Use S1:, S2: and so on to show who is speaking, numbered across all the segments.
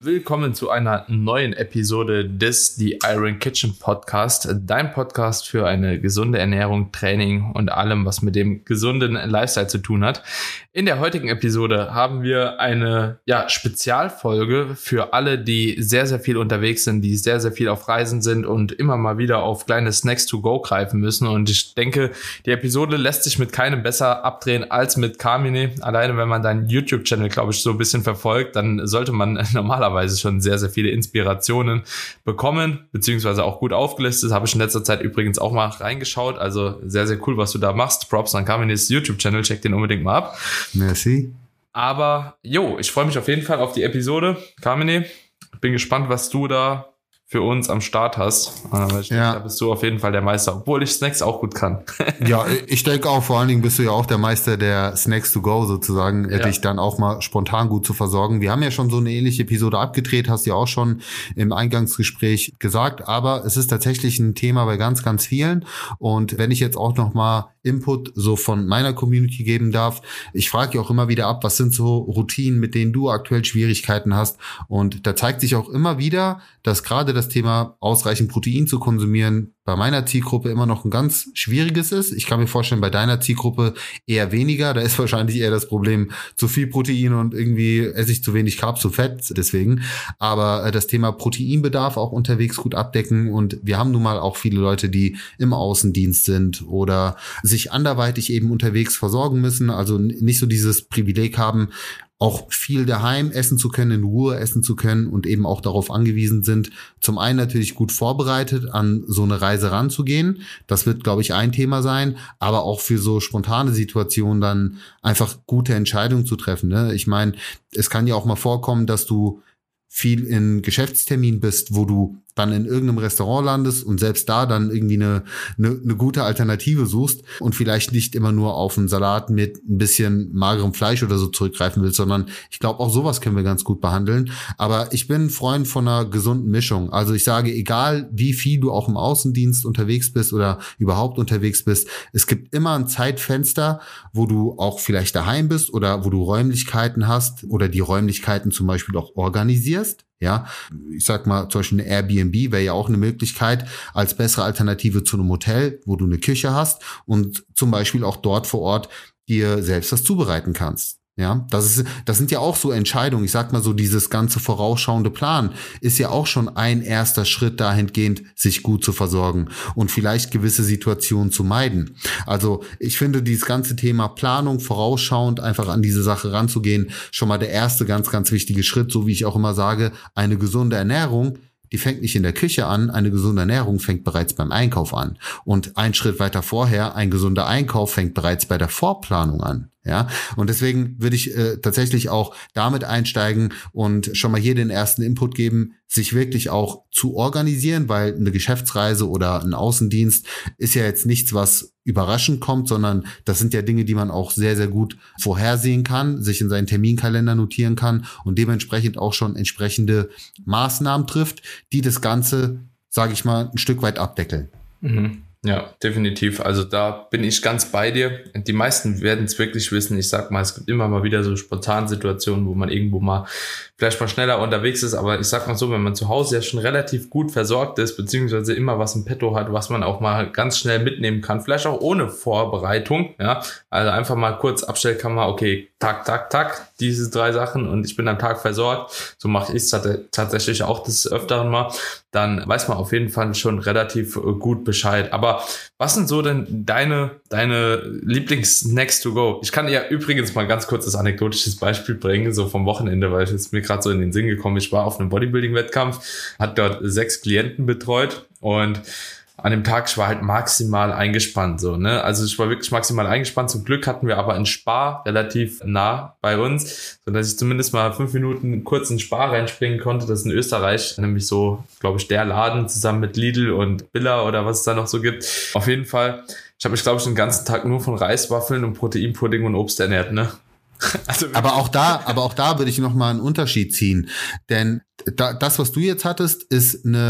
S1: Willkommen zu einer neuen Episode des The Iron Kitchen Podcast, dein Podcast für eine gesunde Ernährung, Training und allem, was mit dem gesunden Lifestyle zu tun hat. In der heutigen Episode haben wir eine Spezialfolge für alle, die sehr, sehr viel unterwegs sind, die sehr, sehr viel auf Reisen sind und immer mal wieder auf kleine Snacks to go greifen müssen. Und ich denke, die Episode lässt sich mit keinem besser abdrehen als mit Carmine. Alleine, wenn man deinen YouTube-Channel, glaube ich, so ein bisschen verfolgt, dann sollte man normalerweise schon sehr, sehr viele Inspirationen bekommen, beziehungsweise auch gut aufgelistet. Das habe ich in letzter Zeit übrigens auch mal reingeschaut. Also sehr, sehr cool, was du da machst. Props an Carmines YouTube-Channel. Check den unbedingt mal ab.
S2: Merci.
S1: Aber ich freue mich auf jeden Fall auf die Episode. Carmine, bin gespannt, was du da für uns am Start hast. Da bist du auf jeden Fall der Meister, obwohl ich Snacks auch gut kann.
S2: Ja, ich denke auch, vor allen Dingen bist du ja auch der Meister der Snacks to go sozusagen, dich dann auch mal spontan gut zu versorgen. Wir haben ja schon so eine ähnliche Episode abgedreht, hast du ja auch schon im Eingangsgespräch gesagt, aber es ist tatsächlich ein Thema bei ganz, ganz vielen. Und wenn ich jetzt auch noch mal Input so von meiner Community geben darf, ich frage ja auch immer wieder ab, was sind so Routinen, mit denen du aktuell Schwierigkeiten hast. Und da zeigt sich auch immer wieder, dass gerade das Thema ausreichend Protein zu konsumieren bei meiner Zielgruppe immer noch ein ganz schwieriges ist. Ich kann mir vorstellen, bei deiner Zielgruppe eher weniger. Da ist wahrscheinlich eher das Problem zu viel Protein und irgendwie esse ich zu wenig Carbs, zu Fett deswegen. Aber das Thema Proteinbedarf auch unterwegs gut abdecken. Und wir haben nun mal auch viele Leute, die im Außendienst sind oder sich anderweitig eben unterwegs versorgen müssen. Also nicht so dieses Privileg haben, auch viel daheim essen zu können, in Ruhe essen zu können und eben auch darauf angewiesen sind, zum einen natürlich gut vorbereitet an so eine Reise ranzugehen. Das wird, glaube ich, ein Thema sein, aber auch für so spontane Situationen dann einfach gute Entscheidungen zu treffen. Ne? Ich meine, es kann ja auch mal vorkommen, dass du viel in Geschäftstermin bist, wo du dann in irgendeinem Restaurant landest und selbst da dann irgendwie eine gute Alternative suchst und vielleicht nicht immer nur auf einen Salat mit ein bisschen magerem Fleisch oder so zurückgreifen willst, sondern ich glaube, auch sowas können wir ganz gut behandeln. Aber ich bin ein Freund von einer gesunden Mischung. Also ich sage, egal wie viel du auch im Außendienst unterwegs bist oder überhaupt unterwegs bist, es gibt immer ein Zeitfenster, wo du auch vielleicht daheim bist oder wo du Räumlichkeiten hast oder die Räumlichkeiten zum Beispiel auch organisierst. Ja, ich sag mal, zum Beispiel eine Airbnb wäre ja auch eine Möglichkeit als bessere Alternative zu einem Hotel, wo du eine Küche hast und zum Beispiel auch dort vor Ort dir selbst was zubereiten kannst. Ja, das sind ja auch so Entscheidungen. Ich sag mal so, dieses ganze vorausschauende Plan ist ja auch schon ein erster Schritt dahingehend, sich gut zu versorgen und vielleicht gewisse Situationen zu meiden. Also ich finde dieses ganze Thema Planung, vorausschauend einfach an diese Sache ranzugehen, schon mal der erste ganz, ganz wichtige Schritt. So wie ich auch immer sage, eine gesunde Ernährung, die fängt nicht in der Küche an, eine gesunde Ernährung fängt bereits beim Einkauf an. Und ein Schritt weiter vorher, ein gesunder Einkauf fängt bereits bei der Vorplanung an. Ja, und deswegen würde ich tatsächlich auch damit einsteigen und schon mal hier den ersten Input geben, sich wirklich auch zu organisieren, weil eine Geschäftsreise oder ein Außendienst ist ja jetzt nichts, was überraschend kommt, sondern das sind ja Dinge, die man auch sehr, sehr gut vorhersehen kann, sich in seinen Terminkalender notieren kann und dementsprechend auch schon entsprechende Maßnahmen trifft, die das Ganze, sage ich mal, ein Stück weit abdeckeln.
S1: Mhm. Ja, definitiv. Also da bin ich ganz bei dir. Die meisten werden es wirklich wissen. Ich sag mal, es gibt immer mal wieder so spontane Situationen, wo man irgendwo mal vielleicht mal schneller unterwegs ist. Aber ich sag mal so, wenn man zu Hause ja schon relativ gut versorgt ist, beziehungsweise immer was im Petto hat, was man auch mal ganz schnell mitnehmen kann, vielleicht auch ohne Vorbereitung. Ja, also einfach mal kurz Abstellkammer, okay, tak, diese 3 Sachen und ich bin am Tag versorgt. So mache ich es tatsächlich auch des Öfteren mal. Dann weiß man auf jeden Fall schon relativ gut Bescheid. Aber was sind so denn deine Lieblings-Snacks to go? Ich kann ja übrigens mal ganz kurz das anekdotisches Beispiel bringen, so vom Wochenende, weil es mir gerade so in den Sinn gekommen ist. Ich war auf einem Bodybuilding-Wettkampf, hat dort 6 Klienten betreut und an dem Tag, ich war halt maximal eingespannt, so, ne? Also ich war wirklich maximal eingespannt. Zum Glück hatten wir aber einen Spar relativ nah bei uns, so dass ich zumindest mal 5 Minuten kurz in Spar reinspringen konnte. Das ist in Österreich, nämlich so, glaube ich, der Laden zusammen mit Lidl und Billa oder was es da noch so gibt. Auf jeden Fall, ich habe mich, glaube ich, den ganzen Tag nur von Reiswaffeln und Proteinpudding und Obst ernährt, ne?
S2: Also aber auch da würde ich noch mal einen Unterschied ziehen, denn das, was du jetzt hattest, ist eine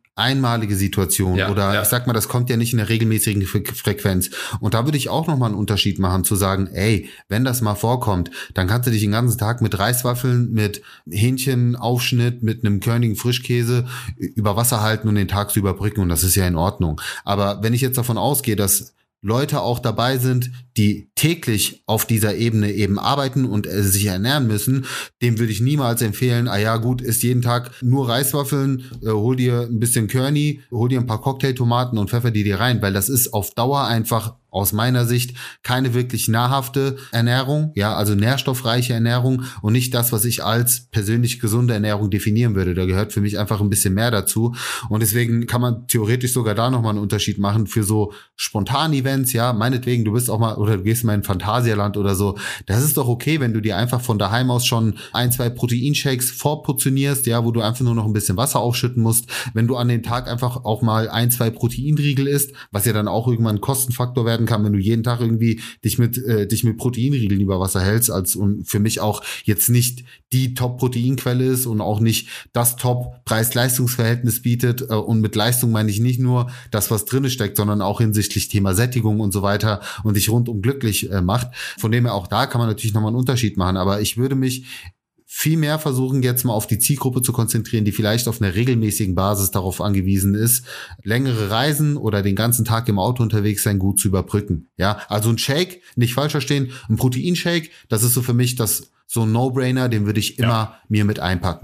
S2: einmalige Situation ich sag mal, das kommt ja nicht in der regelmäßigen Frequenz. Und da würde ich auch nochmal einen Unterschied machen, zu sagen, ey, wenn das mal vorkommt, dann kannst du dich den ganzen Tag mit Reiswaffeln, mit Hähnchenaufschnitt, mit einem körnigen Frischkäse über Wasser halten und den Tag zu überbrücken, und das ist ja in Ordnung. Aber wenn ich jetzt davon ausgehe, dass Leute auch dabei sind, die täglich auf dieser Ebene eben arbeiten und sich ernähren müssen, dem würde ich niemals empfehlen, isst jeden Tag nur Reiswaffeln, hol dir ein bisschen Körny, hol dir ein paar Cocktailtomaten und pfeffer die dir rein, weil das ist auf Dauer einfach aus meiner Sicht keine wirklich nahrhafte Ernährung, also nährstoffreiche Ernährung und nicht das, was ich als persönlich gesunde Ernährung definieren würde. Da gehört für mich einfach ein bisschen mehr dazu, und deswegen kann man theoretisch sogar da nochmal einen Unterschied machen für so Spontan-Events, meinetwegen, du bist auch mal, oder du gehst mal in Phantasialand oder so, das ist doch okay, wenn du dir einfach von daheim aus schon 1-2 Proteinshakes vorportionierst, wo du einfach nur noch ein bisschen Wasser aufschütten musst, wenn du an dem Tag einfach auch mal 1-2 Proteinriegel isst, was ja dann auch irgendwann ein Kostenfaktor werden kann, wenn du jeden Tag irgendwie dich mit Proteinriegeln über Wasser hältst, und für mich auch jetzt nicht die Top-Proteinquelle ist und auch nicht das Top-Preis-Leistungs-Verhältnis bietet, und mit Leistung meine ich nicht nur das, was drinne steckt, sondern auch hinsichtlich Thema Sättigung und so weiter und dich rundum glücklich macht. Von dem her auch da kann man natürlich nochmal einen Unterschied machen, aber ich würde mich viel mehr versuchen, jetzt mal auf die Zielgruppe zu konzentrieren, die vielleicht auf einer regelmäßigen Basis darauf angewiesen ist, längere Reisen oder den ganzen Tag im Auto unterwegs sein gut zu überbrücken. Also ein Shake, nicht falsch verstehen, ein Proteinshake, das ist so für mich so ein No-Brainer, den würde ich immer mir mit einpacken,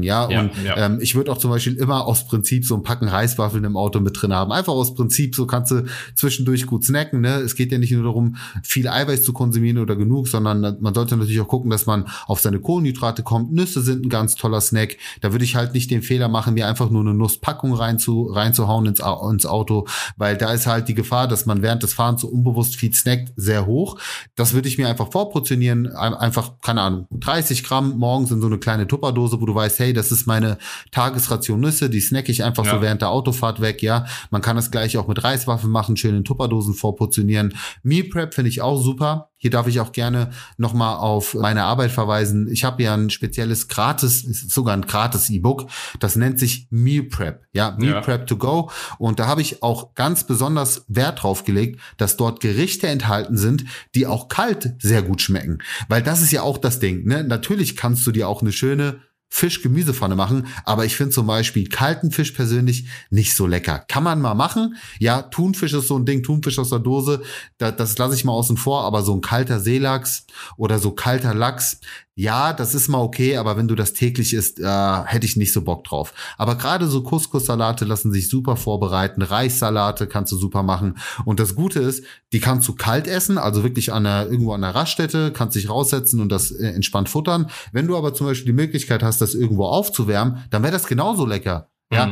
S2: ich würde auch zum Beispiel immer aus Prinzip so ein Packen Reiswaffeln im Auto mit drin haben. Einfach aus Prinzip, so kannst du zwischendurch gut snacken, ne? Es geht ja nicht nur darum, viel Eiweiß zu konsumieren oder genug, sondern man sollte natürlich auch gucken, dass man auf seine Kohlenhydrate kommt. Nüsse sind ein ganz toller Snack. Da würde ich halt nicht den Fehler machen, mir einfach nur eine Nusspackung reinzuhauen ins Auto, weil da ist halt die Gefahr, dass man während des Fahrens so unbewusst viel snackt, sehr hoch. Das würde ich mir einfach vorportionieren, einfach, keine Ahnung, 30 Gramm morgens in so eine kleine Tupperdose, wo du weißt, hey, das ist meine Tagesration Nüsse, die snacke ich einfach so während der Autofahrt weg, Man kann das gleich auch mit Reiswaffeln machen, schön in Tupperdosen vorportionieren. Meal Prep finde ich auch super. Hier darf ich auch gerne nochmal auf meine Arbeit verweisen. Ich habe ja ein spezielles sogar ein gratis E-Book. Das nennt sich Meal Prep. Meal Prep to go. Und da habe ich auch ganz besonders Wert drauf gelegt, dass dort Gerichte enthalten sind, die auch kalt sehr gut schmecken. Weil das ist ja auch das Ding, ne? Natürlich kannst du dir auch eine schöne Fisch-Gemüsepfanne machen, aber ich finde zum Beispiel kalten Fisch persönlich nicht so lecker. Kann man mal machen. Thunfisch ist so ein Ding, Thunfisch aus der Dose, das lasse ich mal außen vor, aber so ein kalter Seelachs oder so kalter Lachs, das ist mal okay, aber wenn du das täglich isst, hätte ich nicht so Bock drauf. Aber gerade so Couscous-Salate lassen sich super vorbereiten, Reissalate kannst du super machen. Und das Gute ist, die kannst du kalt essen, also wirklich irgendwo an der Raststätte, kannst dich raussetzen und das entspannt futtern. Wenn du aber zum Beispiel die Möglichkeit hast, das irgendwo aufzuwärmen, dann wäre das genauso lecker.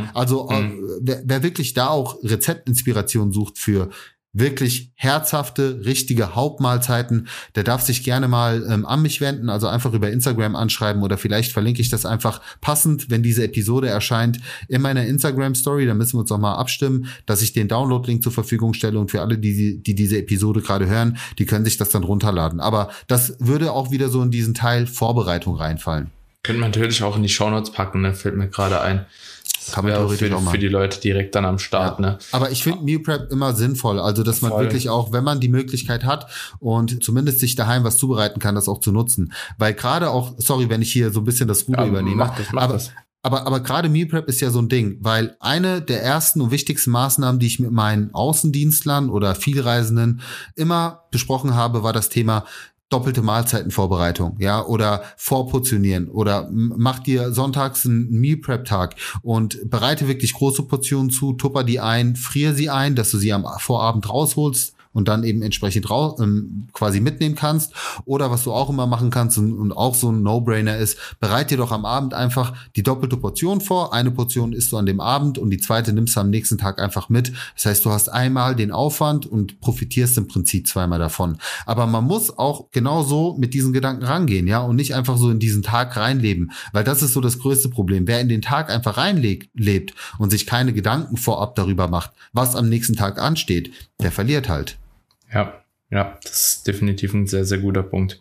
S2: Wer wirklich da auch Rezeptinspiration sucht für wirklich herzhafte, richtige Hauptmahlzeiten, der darf sich gerne mal an mich wenden, also einfach über Instagram anschreiben oder vielleicht verlinke ich das einfach passend, wenn diese Episode erscheint, in meiner Instagram-Story, da müssen wir uns auch mal abstimmen, dass ich den Download-Link zur Verfügung stelle und für alle, die diese Episode gerade hören, die können sich das dann runterladen. Aber das würde auch wieder so in diesen Teil Vorbereitung reinfallen.
S1: Könnte man natürlich auch in die Shownotes packen, ne? Fällt mir gerade ein.
S2: Kann man theoretisch auch machen.
S1: Für die Leute direkt dann am Start, ne?
S2: Aber ich finde Meal Prep immer sinnvoll. Also, dass man wirklich auch, wenn man die Möglichkeit hat und zumindest sich daheim was zubereiten kann, das auch zu nutzen. Weil gerade auch, sorry, wenn ich hier so ein bisschen das Ruder übernehme.
S1: Mach das.
S2: Aber gerade Meal Prep ist ja so ein Ding, weil eine der ersten und wichtigsten Maßnahmen, die ich mit meinen Außendienstlern oder Vielreisenden immer besprochen habe, war das Thema doppelte Mahlzeitenvorbereitung, oder vorportionieren oder mach dir sonntags einen Meal Prep Tag und bereite wirklich große Portionen zu, tupper die ein, friere sie ein, dass du sie am Vorabend rausholst und dann eben entsprechend quasi mitnehmen kannst. Oder was du auch immer machen kannst und auch so ein No-Brainer ist, bereite dir doch am Abend einfach die doppelte Portion vor. Eine Portion isst du an dem Abend und die zweite nimmst du am nächsten Tag einfach mit. Das heißt, du hast einmal den Aufwand und profitierst im Prinzip zweimal davon. Aber man muss auch genauso mit diesen Gedanken rangehen, und nicht einfach so in diesen Tag reinleben. Weil das ist so das größte Problem. Wer in den Tag einfach lebt und sich keine Gedanken vorab darüber macht, was am nächsten Tag ansteht, der verliert halt.
S1: Ja, das ist definitiv ein sehr, sehr guter Punkt.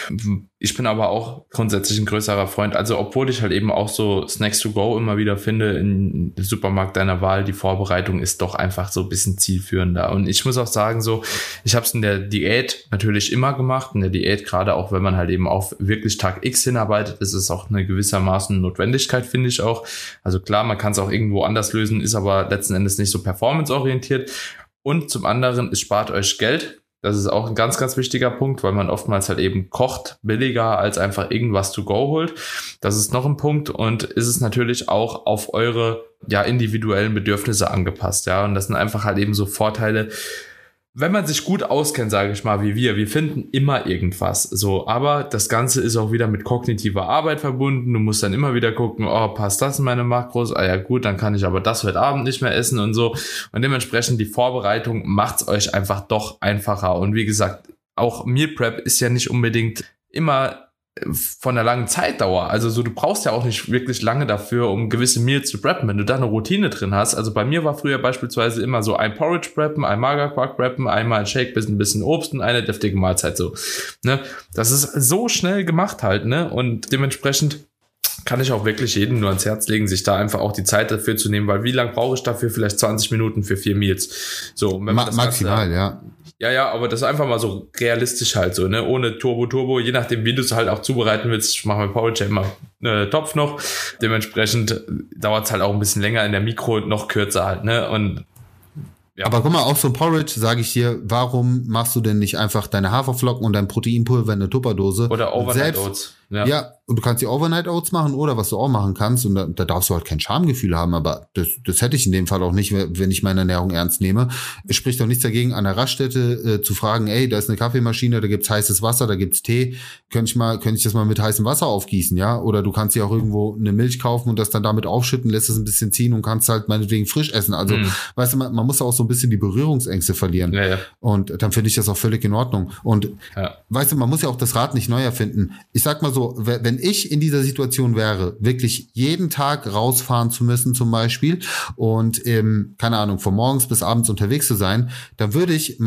S1: Ich bin aber auch grundsätzlich ein größerer Freund. Also obwohl ich halt eben auch so Snacks to go immer wieder finde im Supermarkt deiner Wahl, die Vorbereitung ist doch einfach so ein bisschen zielführender. Und ich muss auch sagen, so, ich habe es in der Diät natürlich immer gemacht. In der Diät, gerade auch wenn man halt eben auf wirklich Tag X hinarbeitet, ist es auch eine gewissermaßen Notwendigkeit, finde ich auch. Also klar, man kann es auch irgendwo anders lösen, ist aber letzten Endes nicht so performanceorientiert. Und zum anderen, es spart euch Geld. Das ist auch ein ganz, ganz wichtiger Punkt, weil man oftmals halt eben kocht billiger als einfach irgendwas to go holt. Das ist noch ein Punkt und ist es natürlich auch auf eure individuellen Bedürfnisse angepasst. Ja, und das sind einfach halt eben so Vorteile. Wenn man sich gut auskennt, sage ich mal, wie wir finden immer irgendwas. So, aber das Ganze ist auch wieder mit kognitiver Arbeit verbunden. Du musst dann immer wieder gucken, oh, passt das in meine Makros? Ah ja gut, dann kann ich aber das heute Abend nicht mehr essen und so. Und dementsprechend die Vorbereitung macht's euch einfach doch einfacher. Und wie gesagt, auch Meal Prep ist ja nicht unbedingt immer von einer langen Zeitdauer. Also so, du brauchst ja auch nicht wirklich lange dafür, um gewisse Meals zu preppen, wenn du da eine Routine drin hast. Also bei mir war früher beispielsweise immer so ein Porridge preppen, ein Magerquark preppen, einmal ein Shake, ein bisschen Obst und eine deftige Mahlzeit so. Ne? Das ist so schnell gemacht halt, ne? Und dementsprechend kann ich auch wirklich jedem nur ans Herz legen, sich da einfach auch die Zeit dafür zu nehmen, weil wie lange brauche ich dafür? Vielleicht 20 Minuten für 4 Meals. So, wenn man das
S2: maximal,
S1: Ganze,
S2: ja.
S1: Ja, aber das ist einfach mal so realistisch halt so, ne? Ohne Turbo, je nachdem, wie du es halt auch zubereiten willst. Ich mache mein Porridge immer Topf noch. Dementsprechend dauert es halt auch ein bisschen länger in der Mikro, noch kürzer halt, ne? Und ja.
S2: Aber guck mal, auch so ein Porridge, sage ich dir, warum machst du denn nicht einfach deine Haferflocken und dein Proteinpulver in eine Tupperdose?
S1: Oder Overnight Oats.
S2: Ja, und du kannst die Overnight Oats machen oder was du auch machen kannst und da darfst du halt kein Schamgefühl haben, aber das hätte ich in dem Fall auch nicht, wenn ich meine Ernährung ernst nehme. Es spricht doch nichts dagegen, an der Raststätte zu fragen, ey, da ist eine Kaffeemaschine, da gibt's heißes Wasser, da gibt's Tee, könnte ich das mal mit heißem Wasser aufgießen, ja? Oder du kannst dir auch irgendwo eine Milch kaufen und das dann damit aufschütten, lässt es ein bisschen ziehen und kannst halt meinetwegen frisch essen. Also, weißt du, man muss auch so ein bisschen die Berührungsängste verlieren.
S1: Ja.
S2: Und dann finde ich das auch völlig in Ordnung. Und weißt du, man muss ja auch das Rad nicht neu erfinden. Ich sag mal so, wenn ich in dieser Situation wäre, wirklich jeden Tag rausfahren zu müssen zum Beispiel und keine Ahnung, von morgens bis abends unterwegs zu sein, dann würde ich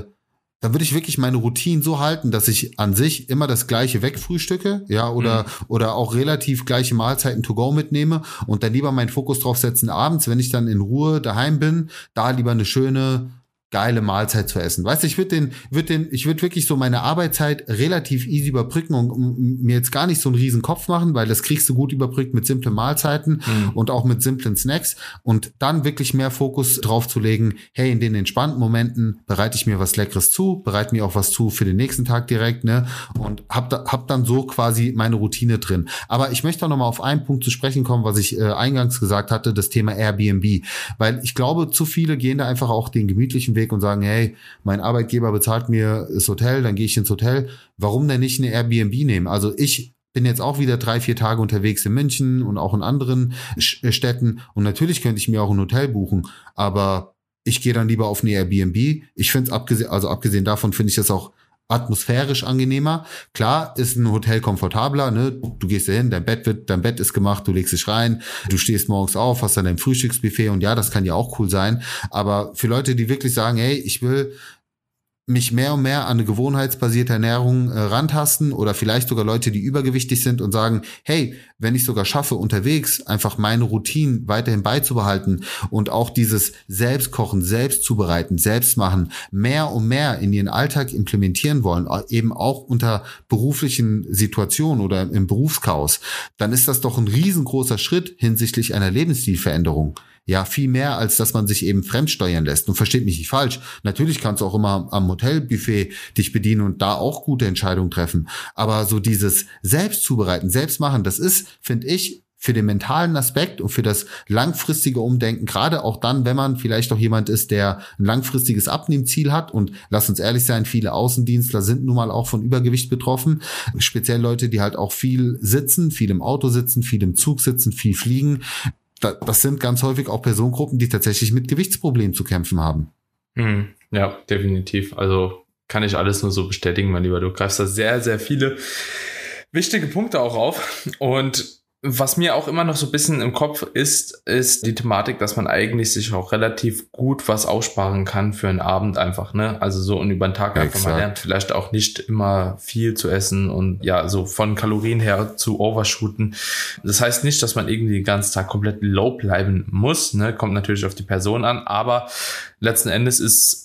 S2: wirklich meine Routine so halten, dass ich an sich immer das Gleiche wegfrühstücke, ja, oder auch relativ gleiche Mahlzeiten to go mitnehme und dann lieber meinen Fokus drauf setzen, abends, wenn ich dann in Ruhe daheim bin, da lieber eine schöne geile Mahlzeit zu essen. Weißt du, ich würde wirklich so meine Arbeitszeit relativ easy überbrücken und mir jetzt gar nicht so einen riesen Kopf machen, weil das kriegst du gut überbrückt mit simplen Mahlzeiten und auch mit simplen Snacks und dann wirklich mehr Fokus drauf zu legen, hey, in den entspannten Momenten bereite ich mir was Leckeres zu, bereite mir auch was zu für den nächsten Tag direkt, ne, und hab dann so quasi meine Routine drin. Aber ich möchte auch noch mal auf einen Punkt zu sprechen kommen, was ich eingangs gesagt hatte, das Thema Airbnb, weil ich glaube, zu viele gehen da einfach auch den gemütlichen Weg und sagen, hey, mein Arbeitgeber bezahlt mir das Hotel, dann gehe ich ins Hotel. Warum denn nicht eine Airbnb nehmen? Also ich bin jetzt auch wieder 3-4 Tage unterwegs in München und auch in anderen Städten und natürlich könnte ich mir auch ein Hotel buchen, aber ich gehe dann lieber auf eine Airbnb. Ich finde es abgesehen davon finde ich das auch atmosphärisch angenehmer. Klar ist ein Hotel komfortabler, ne? Du gehst da hin, dein Bett ist gemacht, du legst dich rein, du stehst morgens auf, hast dann dein Frühstücksbuffet und ja, das kann ja auch cool sein. Aber für Leute, die wirklich sagen, hey, ich will mich mehr und mehr an eine gewohnheitsbasierte Ernährung rantasten oder vielleicht sogar Leute, die übergewichtig sind und sagen, hey, wenn ich sogar schaffe, unterwegs einfach meine Routinen weiterhin beizubehalten und auch dieses Selbstkochen, Selbstzubereiten, Selbstmachen mehr und mehr in ihren Alltag implementieren wollen, eben auch unter beruflichen Situationen oder im Berufschaos, dann ist das doch ein riesengroßer Schritt hinsichtlich einer Lebensstilveränderung. Ja, viel mehr, als dass man sich eben fremdsteuern lässt. Und versteht mich nicht falsch. Natürlich kannst du auch immer am Hotelbuffet dich bedienen und da auch gute Entscheidungen treffen. Aber so dieses Selbstzubereiten, Selbstmachen, das ist, finde ich, für den mentalen Aspekt und für das langfristige Umdenken, gerade auch dann, wenn man vielleicht auch jemand ist, der ein langfristiges Abnehmziel hat und lass uns ehrlich sein, viele Außendienstler sind nun mal auch von Übergewicht betroffen, speziell Leute, die halt auch viel sitzen, viel im Auto sitzen, viel im Zug sitzen, viel fliegen. Das sind ganz häufig auch Personengruppen, die tatsächlich mit Gewichtsproblemen zu kämpfen haben.
S1: Ja, definitiv. Also kann ich alles nur so bestätigen, mein Lieber. Du greifst da sehr, sehr viele wichtige Punkte auch auf. Und Was mir auch immer noch so ein bisschen im Kopf ist die Thematik, dass man eigentlich sich auch relativ gut was aussparen kann für einen Abend einfach, ne? Also so und über den Tag einfach mal lernt, vielleicht auch nicht immer viel zu essen und ja, so von Kalorien her zu overshooten. Das heißt nicht, dass man irgendwie den ganzen Tag komplett low bleiben muss, ne? Kommt natürlich auf die Person an, aber letzten Endes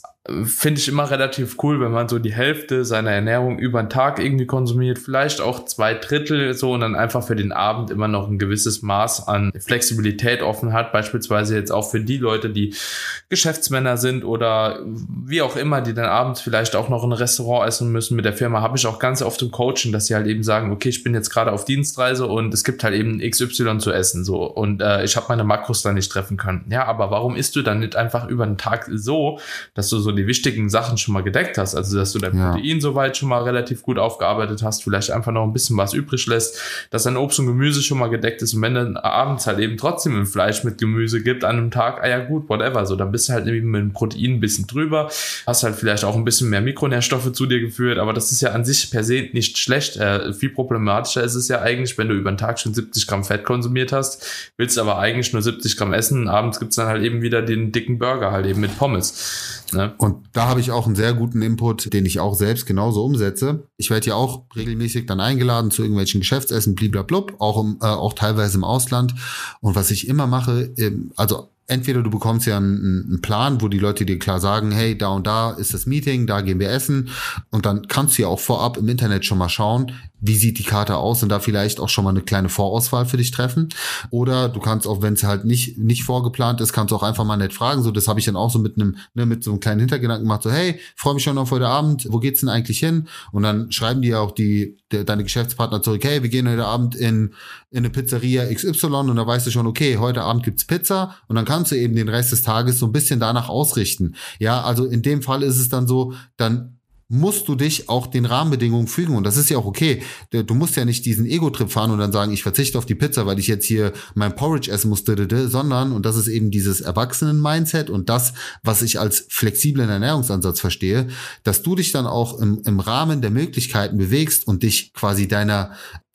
S1: finde ich immer relativ cool, wenn man so die Hälfte seiner Ernährung über den Tag irgendwie konsumiert, vielleicht auch 2/3 so und dann einfach für den Abend immer noch ein gewisses Maß an Flexibilität offen hat, beispielsweise jetzt auch für die Leute, die Geschäftsmänner sind oder wie auch immer, die dann abends vielleicht auch noch in ein Restaurant essen müssen. Mit der Firma habe ich auch ganz oft im Coaching, dass sie halt eben sagen, okay, ich bin jetzt gerade auf Dienstreise und es gibt halt eben XY zu essen so und ich habe meine Makros da nicht treffen können. Ja, aber warum isst du dann nicht einfach über den Tag so, dass du so die wichtigen Sachen schon mal gedeckt hast, also dass du dein Protein soweit schon mal relativ gut aufgearbeitet hast, vielleicht einfach noch ein bisschen was übrig lässt, dass dein Obst und Gemüse schon mal gedeckt ist und wenn dann abends halt eben trotzdem ein Fleisch mit Gemüse gibt an einem Tag, ja gut, whatever, so dann bist du halt eben mit dem Protein ein bisschen drüber, hast halt vielleicht auch ein bisschen mehr Mikronährstoffe zu dir geführt, aber das ist ja an sich per se nicht schlecht, viel problematischer ist es ja eigentlich, wenn du über den Tag schon 70 Gramm Fett konsumiert hast, willst aber eigentlich nur 70 Gramm essen, abends gibt's dann halt eben wieder den dicken Burger halt eben mit Pommes, ne?
S2: Und da habe ich auch einen sehr guten Input, den ich auch selbst genauso umsetze. Ich werde ja auch regelmäßig dann eingeladen zu irgendwelchen Geschäftsessen, bliblablub, auch teilweise im Ausland. Und was ich immer mache, also entweder du bekommst ja einen Plan, wo die Leute dir klar sagen, hey, da und da ist das Meeting, da gehen wir essen. Und dann kannst du ja auch vorab im Internet schon mal schauen, wie sieht die Karte aus und da vielleicht auch schon mal eine kleine Vorauswahl für dich treffen. Oder du kannst auch, wenn es halt nicht vorgeplant ist, kannst du auch einfach mal nett fragen. So, das habe ich dann auch so mit so einem kleinen Hintergedanken gemacht. So, hey, freue mich schon auf heute Abend. Wo geht's denn eigentlich hin? Und dann schreiben die ja auch deine Geschäftspartner zurück. Hey, wir gehen heute Abend in eine Pizzeria XY und da weißt du schon, okay, heute Abend gibt's Pizza und dann kannst du eben den Rest des Tages so ein bisschen danach ausrichten. Ja, also in dem Fall ist es dann so, dann musst du dich auch den Rahmenbedingungen fügen und das ist ja auch okay. Du musst ja nicht diesen Ego-Trip fahren und dann sagen, ich verzichte auf die Pizza, weil ich jetzt hier mein Porridge essen muss, sondern, und das ist eben dieses Erwachsenen-Mindset und das, was ich als flexiblen Ernährungsansatz verstehe, dass du dich dann auch im Rahmen der Möglichkeiten bewegst und dich quasi deinem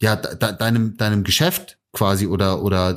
S2: Geschäft quasi oder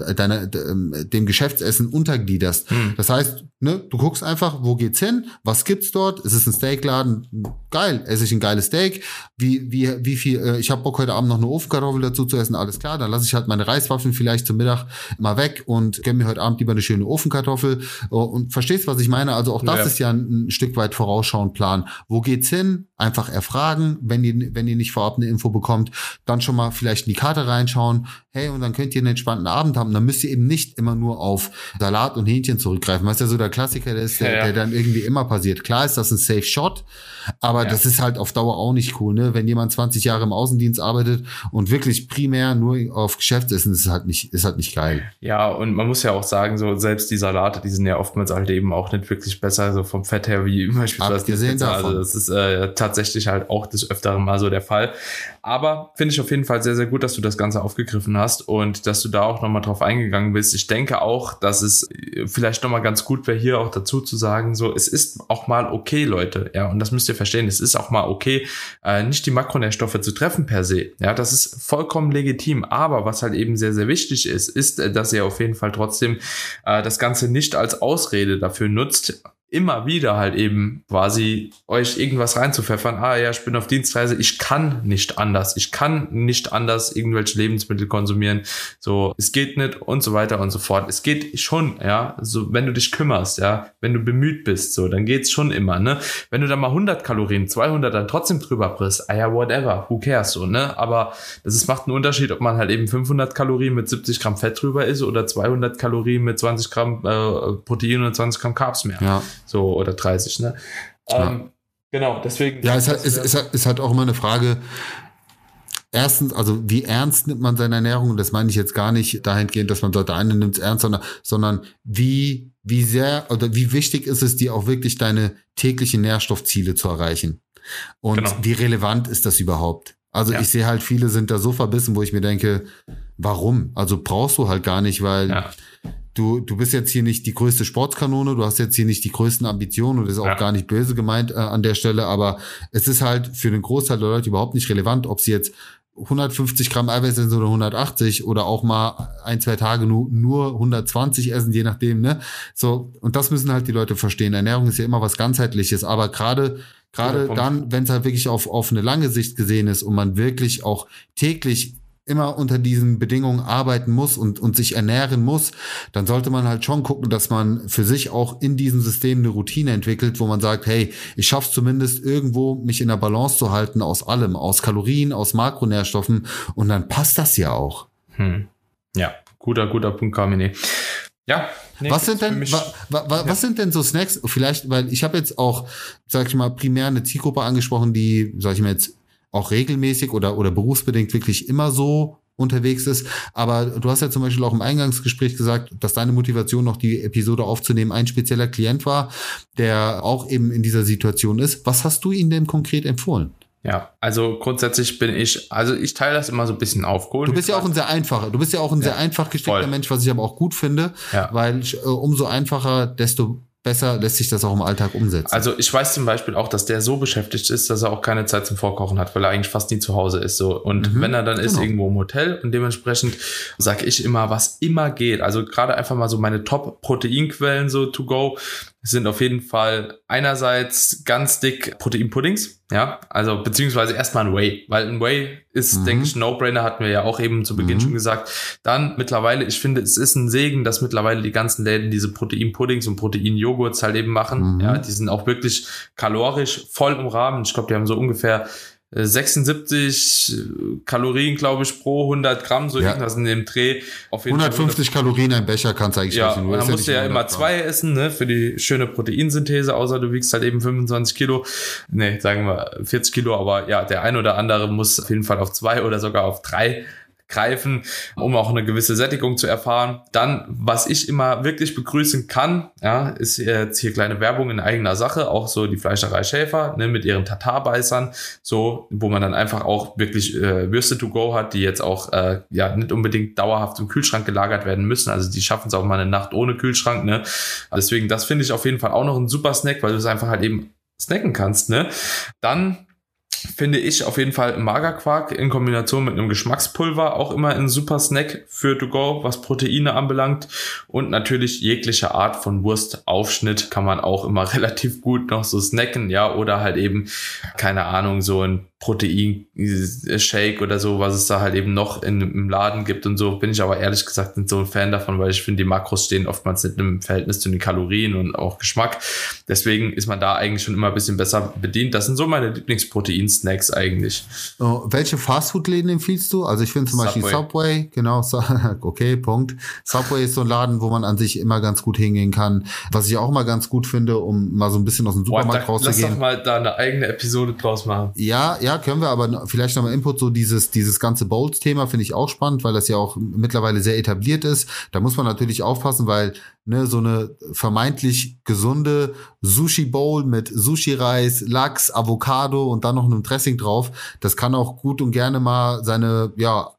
S2: dem Geschäftsessen untergliederst. Das heißt, ne, du guckst einfach, wo geht's hin? Was gibt's dort? Ist es ein Steakladen? Geil, esse ich ein geiles Steak? Wie viel, ich habe Bock heute Abend noch eine Ofenkartoffel dazu zu essen, alles klar, dann lasse ich halt meine Reiswaffeln vielleicht zum Mittag mal weg und gönn mir heute Abend lieber eine schöne Ofenkartoffel. Und verstehst, was ich meine? Also auch das ist ja ein Stück weit vorausschauend Plan. Wo geht's hin? Einfach erfragen, wenn ihr nicht vorab eine Info bekommt, dann schon mal vielleicht in die Karte reinschauen. Hey, und dann könnt ihr einen entspannten Abend haben. Dann müsst ihr eben nicht immer nur auf Salat und Hähnchen zurückgreifen. Was ja so der Klassiker ist, der dann irgendwie immer passiert. Klar ist das ein Safe Shot, aber das ist halt auf Dauer auch nicht cool, ne? Wenn jemand 20 Jahre im Außendienst arbeitet und wirklich primär nur auf Geschäftsessen, ist halt nicht geil.
S1: Ja, und man muss ja auch sagen, so selbst die Salate, die sind ja oftmals halt eben auch nicht wirklich besser, so vom Fett her, wie beispielsweise die Pizza. Also das ist tatsächlich halt auch des Öfteren mal so der Fall. Aber finde ich auf jeden Fall sehr, sehr gut, dass du das Ganze aufgegriffen hast und dass du da auch nochmal drauf eingegangen bist. Ich denke auch, dass es vielleicht nochmal ganz gut wäre, hier auch dazu zu sagen, so, es ist auch mal okay, Leute, ja, und das müsst ihr verstehen, es ist auch mal okay, nicht die Makronährstoffe zu treffen per se, ja, das ist vollkommen legitim, aber was halt eben sehr, sehr wichtig ist, dass ihr auf jeden Fall trotzdem das Ganze nicht als Ausrede dafür nutzt, immer wieder halt eben quasi euch irgendwas reinzupfeffern. Ja, ich bin auf Dienstreise, ich kann nicht anders irgendwelche Lebensmittel konsumieren. So, es geht nicht und so weiter und so fort. Es geht schon, ja, so, wenn du dich kümmerst, ja, wenn du bemüht bist, so, dann geht's schon immer, ne? Wenn du dann mal 100 Kalorien, 200 dann trotzdem drüber bist, ja, whatever, who cares, so, ne? Aber macht einen Unterschied, ob man halt eben 500 Kalorien mit 70 Gramm Fett drüber ist oder 200 Kalorien mit 20 Gramm Protein und 20 Gramm Carbs mehr. Ja. So, oder 30, ne? Genau, deswegen.
S2: Ja, es hat auch immer eine Frage. Erstens, also wie ernst nimmt man seine Ernährung? Und das meine ich jetzt gar nicht dahingehend, dass man sagt, der eine nimmt es ernst, sondern wie sehr oder wie wichtig ist es dir auch wirklich, deine täglichen Nährstoffziele zu erreichen? Und wie relevant ist das überhaupt? Also ich sehe halt, viele sind da so verbissen, wo ich mir denke, warum? Also brauchst du halt gar nicht, weil du bist jetzt hier nicht die größte Sportskanone, du hast jetzt hier nicht die größten Ambitionen und das ist auch gar nicht böse gemeint an der Stelle, aber es ist halt für den Großteil der Leute überhaupt nicht relevant, ob sie jetzt 150 Gramm Eiweiß essen oder 180 oder auch mal 1-2 Tage nur 120 essen, je nachdem, ne? So, und das müssen halt die Leute verstehen. Ernährung ist ja immer was Ganzheitliches, aber gerade dann, wenn es halt wirklich auf eine lange Sicht gesehen ist und man wirklich auch täglich immer unter diesen Bedingungen arbeiten muss und sich ernähren muss, dann sollte man halt schon gucken, dass man für sich auch in diesem System eine Routine entwickelt, wo man sagt, hey, ich schaff's zumindest irgendwo, mich in der Balance zu halten aus allem, aus Kalorien, aus Makronährstoffen, und dann passt das ja auch.
S1: Ja, guter Punkt, Carmine. Ja.
S2: Was sind denn so Snacks? Vielleicht, weil ich habe jetzt auch, sag ich mal, primär eine Zielgruppe angesprochen, die, sag ich mal jetzt, auch regelmäßig oder berufsbedingt wirklich immer so unterwegs ist. Aber du hast ja zum Beispiel auch im Eingangsgespräch gesagt, dass deine Motivation, noch die Episode aufzunehmen, ein spezieller Klient war, der auch eben in dieser Situation ist. Was hast du ihm denn konkret empfohlen?
S1: Ja, also grundsätzlich ich teile das immer so ein bisschen auf.
S2: Du bist ja auch ein sehr einfach gestrickter Mensch, was ich aber auch gut finde, weil umso einfacher, desto besser lässt sich das auch im Alltag umsetzen.
S1: Also ich weiß zum Beispiel auch, dass der so beschäftigt ist, dass er auch keine Zeit zum Vorkochen hat, weil er eigentlich fast nie zu Hause ist. So. Und wenn er dann ist irgendwo im Hotel, und dementsprechend sage ich immer, was immer geht. Also gerade einfach mal so meine Top-Proteinquellen so to go sind auf jeden Fall einerseits ganz dick Proteinpuddings, ja, also beziehungsweise erstmal ein Whey, weil ein Whey ist, denke ich, ein No-Brainer, hatten wir ja auch eben zu Beginn schon gesagt. Dann mittlerweile, ich finde, es ist ein Segen, dass mittlerweile die ganzen Läden diese Proteinpuddings und Proteinjoghurts halt eben machen, ja, die sind auch wirklich kalorisch voll im Rahmen. Ich glaube, die haben so ungefähr 76 Kalorien, glaube ich, pro 100 Gramm, so irgendwas in dem Dreh. Auf jeden
S2: 150 Fall Kalorien ein Becher kannst du eigentlich
S1: essen. Ja, dann musst du ja immer 2 essen, ne, für die schöne Proteinsynthese, außer du wiegst halt eben 25 Kilo. Ne, sagen wir 40 Kilo, aber ja, der ein oder andere muss auf jeden Fall auf 2 oder sogar auf 3 greifen, um auch eine gewisse Sättigung zu erfahren. Dann, was ich immer wirklich begrüßen kann, ja, ist jetzt hier kleine Werbung in eigener Sache, auch so die Fleischerei Schäfer, ne, mit ihren Tatarbeißern, so, wo man dann einfach auch wirklich Würste to go hat, die jetzt auch nicht unbedingt dauerhaft im Kühlschrank gelagert werden müssen. Also die schaffen es auch mal eine Nacht ohne Kühlschrank, ne. Deswegen, das finde ich auf jeden Fall auch noch ein super Snack, weil du es einfach halt eben snacken kannst, ne. Dann finde ich auf jeden Fall Magerquark in Kombination mit einem Geschmackspulver auch immer ein super Snack für to go, was Proteine anbelangt. Und natürlich jegliche Art von Wurstaufschnitt kann man auch immer relativ gut noch so snacken, ja, oder halt eben, keine Ahnung, so ein Protein-Shake oder so, was es da halt eben noch im Laden gibt und so, bin ich aber ehrlich gesagt nicht so ein Fan davon, weil ich finde, die Makros stehen oftmals nicht im Verhältnis zu den Kalorien und auch Geschmack. Deswegen ist man da eigentlich schon immer ein bisschen besser bedient. Das sind so meine Lieblingsprotein-Snacks eigentlich.
S2: Welche Fastfood-Läden empfiehlst du? Also ich finde zum Beispiel Subway, genau, okay, Punkt. Subway ist so ein Laden, wo man an sich immer ganz gut hingehen kann. Was ich auch immer ganz gut finde, um mal so ein bisschen aus dem Supermarkt rauszugehen.
S1: Lass doch mal da eine eigene Episode draus machen.
S2: Ja, können wir, aber vielleicht nochmal Input, so dieses ganze Bowls-Thema finde ich auch spannend, weil das ja auch mittlerweile sehr etabliert ist. Da muss man natürlich aufpassen, weil so eine vermeintlich gesunde Sushi-Bowl mit Sushi-Reis, Lachs, Avocado und dann noch einem Dressing drauf, das kann auch gut und gerne mal seine,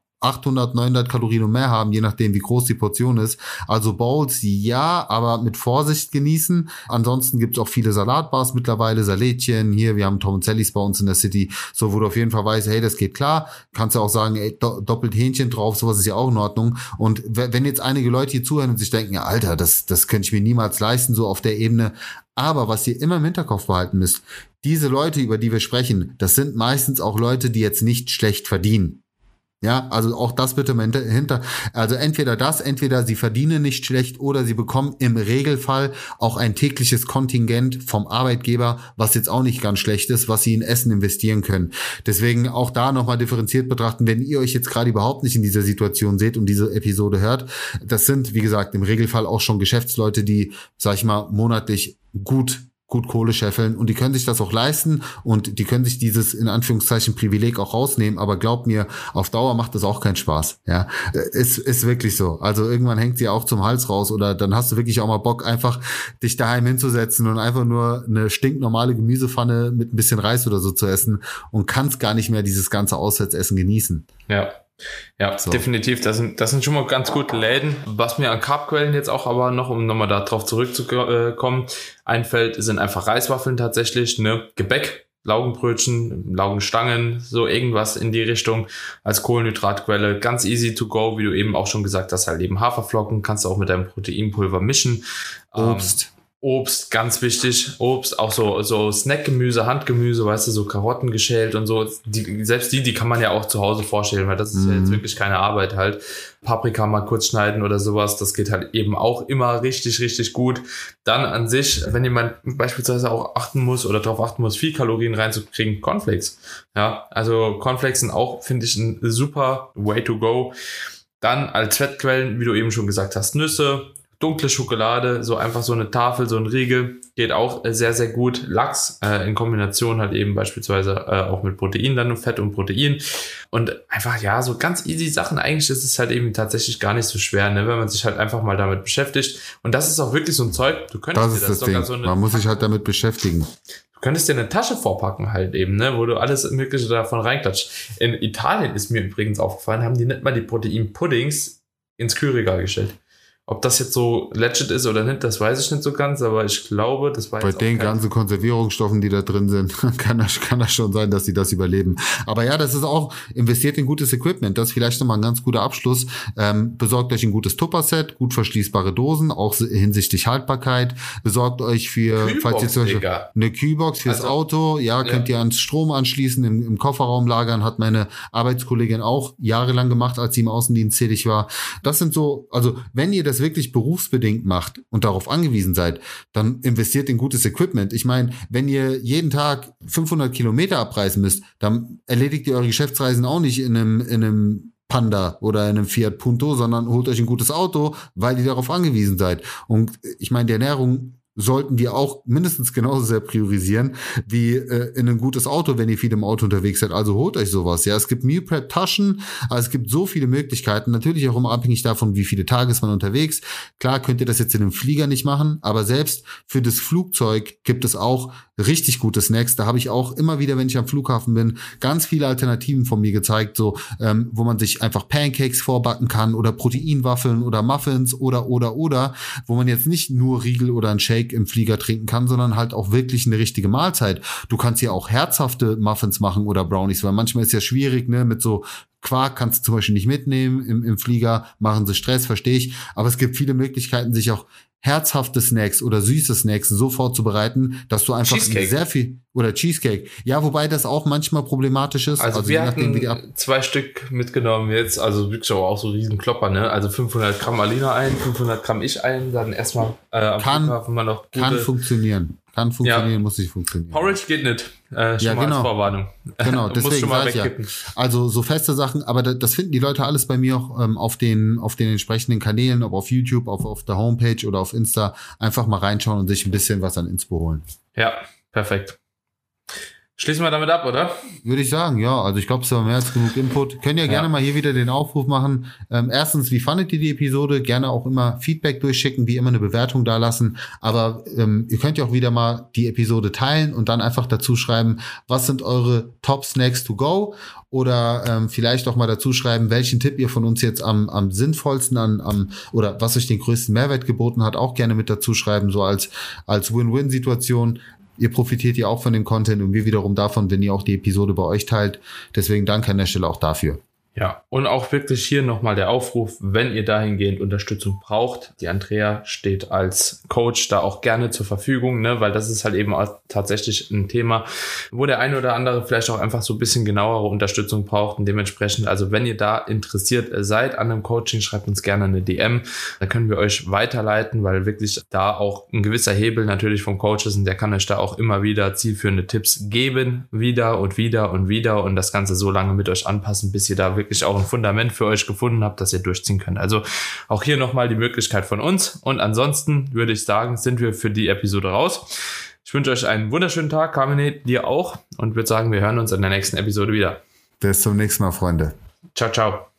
S2: 800, 900 Kalorien und mehr haben, je nachdem, wie groß die Portion ist. Also Bowls, ja, aber mit Vorsicht genießen. Ansonsten gibt's auch viele Salatbars mittlerweile, Salätchen. Hier, wir haben Tom und Sallys bei uns in der City, so wo du auf jeden Fall weißt, hey, das geht klar. Kannst du auch sagen, ey, doppelt Hähnchen drauf, sowas ist ja auch in Ordnung. Und wenn jetzt einige Leute hier zuhören und sich denken, ja, Alter, das könnte ich mir niemals leisten, so auf der Ebene. Aber was ihr immer im Hinterkopf behalten müsst, diese Leute, über die wir sprechen, das sind meistens auch Leute, die jetzt nicht schlecht verdienen. Ja, also auch das bitte mal also entweder sie verdienen nicht schlecht oder sie bekommen im Regelfall auch ein tägliches Kontingent vom Arbeitgeber, was jetzt auch nicht ganz schlecht ist, was sie in Essen investieren können. Deswegen auch da nochmal differenziert betrachten, wenn ihr euch jetzt gerade überhaupt nicht in dieser Situation seht und diese Episode hört, das sind, wie gesagt, im Regelfall auch schon Geschäftsleute, die, sag ich mal, monatlich gut Kohle scheffeln und die können sich das auch leisten und die können sich dieses in Anführungszeichen Privileg auch rausnehmen, aber glaubt mir, auf Dauer macht das auch keinen Spaß, ja, ist wirklich so, also irgendwann hängt sie auch zum Hals raus oder dann hast du wirklich auch mal Bock, einfach dich daheim hinzusetzen und einfach nur eine stinknormale Gemüsepfanne mit ein bisschen Reis oder so zu essen und kannst gar nicht mehr dieses ganze Auswärtsessen genießen.
S1: Ja, so. Definitiv. Das sind schon mal ganz gute Läden. Was mir an Carbquellen jetzt auch aber noch, um nochmal darauf zurückzukommen, einfällt, sind einfach Reiswaffeln tatsächlich, ne? Gebäck Laugenbrötchen, Laugenstangen, so irgendwas in die Richtung als Kohlenhydratquelle. Ganz easy to go, wie du eben auch schon gesagt hast, halt eben Haferflocken, kannst du auch mit deinem Proteinpulver mischen. Obst, ganz wichtig. Obst, auch so Snackgemüse, Handgemüse, weißt du, so Karotten geschält und so. Selbst die kann man ja auch zu Hause vorstellen, weil das ist ja jetzt wirklich keine Arbeit halt. Paprika mal kurz schneiden oder sowas, das geht halt eben auch immer richtig, richtig gut. Dann an sich, wenn jemand beispielsweise auch achten muss oder darauf achten muss, viel Kalorien reinzukriegen, Cornflakes. Ja, also Cornflakes sind auch, finde ich, ein super way to go. Dann als Fettquellen, wie du eben schon gesagt hast, Nüsse, dunkle Schokolade, so einfach so eine Tafel, so ein Riegel, geht auch sehr, sehr gut. Lachs in Kombination halt eben beispielsweise auch mit Protein, dann Fett und Protein. Und einfach, ja, so ganz easy Sachen. Eigentlich ist es halt eben tatsächlich gar nicht so schwer, ne, wenn man sich halt einfach mal damit beschäftigt. Und das ist auch wirklich so ein Zeug, du könntest
S2: dir das sogar so eine... Man muss sich halt damit beschäftigen.
S1: Du könntest dir eine Tasche vorpacken halt eben, ne, wo du alles Mögliche davon reinklatscht. In Italien ist mir übrigens aufgefallen, haben die nicht mal die Proteinpuddings ins Kühlregal gestellt. Ob das jetzt so legit ist oder nicht, das weiß ich nicht so ganz, aber ich glaube, das war
S2: bei
S1: jetzt
S2: den ganzen Konservierungsstoffen, die da drin sind, kann das schon sein, dass sie das überleben. Aber ja, das ist auch, investiert in gutes Equipment. Das ist vielleicht nochmal ein ganz guter Abschluss. Besorgt euch ein gutes Tupper-Set, gut verschließbare Dosen, auch hinsichtlich Haltbarkeit. Besorgt euch falls ihr zum Beispiel eine Kühlbox fürs Auto, könnt ihr ans Strom anschließen, im Kofferraum lagern, hat meine Arbeitskollegin auch jahrelang gemacht, als sie im Außendienst tätig war. Das sind so, also wenn ihr das wirklich berufsbedingt macht und darauf angewiesen seid, dann investiert in gutes Equipment. Ich meine, wenn ihr jeden Tag 500 Kilometer abreisen müsst, dann erledigt ihr eure Geschäftsreisen auch nicht in einem Panda oder in einem Fiat Punto, sondern holt euch ein gutes Auto, weil ihr darauf angewiesen seid. Und ich meine, die Ernährung sollten wir auch mindestens genauso sehr priorisieren wie in ein gutes Auto, wenn ihr viel im Auto unterwegs seid. Also holt euch sowas. Ja, es gibt Meal Prep Taschen, also es gibt so viele Möglichkeiten. Natürlich auch immer abhängig davon, wie viele Tage ist man unterwegs. Klar könnt ihr das jetzt in einem Flieger nicht machen, aber selbst für das Flugzeug gibt es auch richtig gute Snacks. Da habe ich auch immer wieder, wenn ich am Flughafen bin, ganz viele Alternativen von mir gezeigt, so wo man sich einfach Pancakes vorbacken kann oder Proteinwaffeln oder Muffins oder, wo man jetzt nicht nur Riegel oder ein Shake im Flieger trinken kann, sondern halt auch wirklich eine richtige Mahlzeit. Du kannst hier auch herzhafte Muffins machen oder Brownies, weil manchmal ist ja schwierig, ne, mit so Quark kannst du zum Beispiel nicht mitnehmen im Flieger, machen sie Stress, verstehe ich, aber es gibt viele Möglichkeiten, sich auch herzhafte Snacks oder süße Snacks so vorzubereiten, dass du einfach sehr viel, oder Cheesecake. Ja, wobei das auch manchmal problematisch ist.
S1: Also wir hatten 2 Stück mitgenommen jetzt, also wirklich auch so riesen Klopper, ne? Also 500 Gramm Alina 500 Gramm ich dann erstmal am Flughafen mal noch gute...
S2: Kann funktionieren, muss nicht funktionieren.
S1: Porridge geht nicht, schon mal als Vorwarnung.
S2: Genau, deswegen sag ich ja. Also so feste Sachen, aber das finden die Leute alles bei mir auch auf den entsprechenden Kanälen, ob auf YouTube, auf der Homepage oder auf Insta, einfach mal reinschauen und sich ein bisschen was an Inspo holen.
S1: Ja, perfekt. Schließen wir damit ab, oder?
S2: Würde ich sagen, ja. Also ich glaube, es war mehr als genug Input. Können ja gerne mal hier wieder den Aufruf machen. Erstens, wie fandet ihr die Episode? Gerne auch immer Feedback durchschicken, wie immer eine Bewertung dalassen. Aber ihr könnt ja auch wieder mal die Episode teilen und dann einfach dazu schreiben, was sind eure Top Snacks to go? Oder vielleicht auch mal dazu schreiben, welchen Tipp ihr von uns jetzt am sinnvollsten oder was euch den größten Mehrwert geboten hat, auch gerne mit dazu schreiben, so als Win-Win-Situation. Ihr profitiert ja auch von dem Content und wir wiederum davon, wenn ihr auch die Episode bei euch teilt. Deswegen danke an der Stelle auch dafür.
S1: Ja, und auch wirklich hier nochmal der Aufruf, wenn ihr dahingehend Unterstützung braucht. Die Andrea steht als Coach da auch gerne zur Verfügung, ne, weil das ist halt eben auch tatsächlich ein Thema, wo der eine oder andere vielleicht auch einfach so ein bisschen genauere Unterstützung braucht und dementsprechend, also wenn ihr da interessiert seid an einem Coaching, schreibt uns gerne eine DM, da können wir euch weiterleiten, weil wirklich da auch ein gewisser Hebel natürlich vom Coach ist und der kann euch da auch immer wieder zielführende Tipps geben, wieder und das Ganze so lange mit euch anpassen, bis ihr da wirklich auch ein Fundament für euch gefunden habt, das ihr durchziehen könnt. Also auch hier nochmal die Möglichkeit von uns. Und ansonsten würde ich sagen, sind wir für die Episode raus. Ich wünsche euch einen wunderschönen Tag, Carmine, dir auch. Und würde sagen, wir hören uns in der nächsten Episode wieder.
S2: Bis zum nächsten Mal, Freunde.
S1: Ciao, ciao.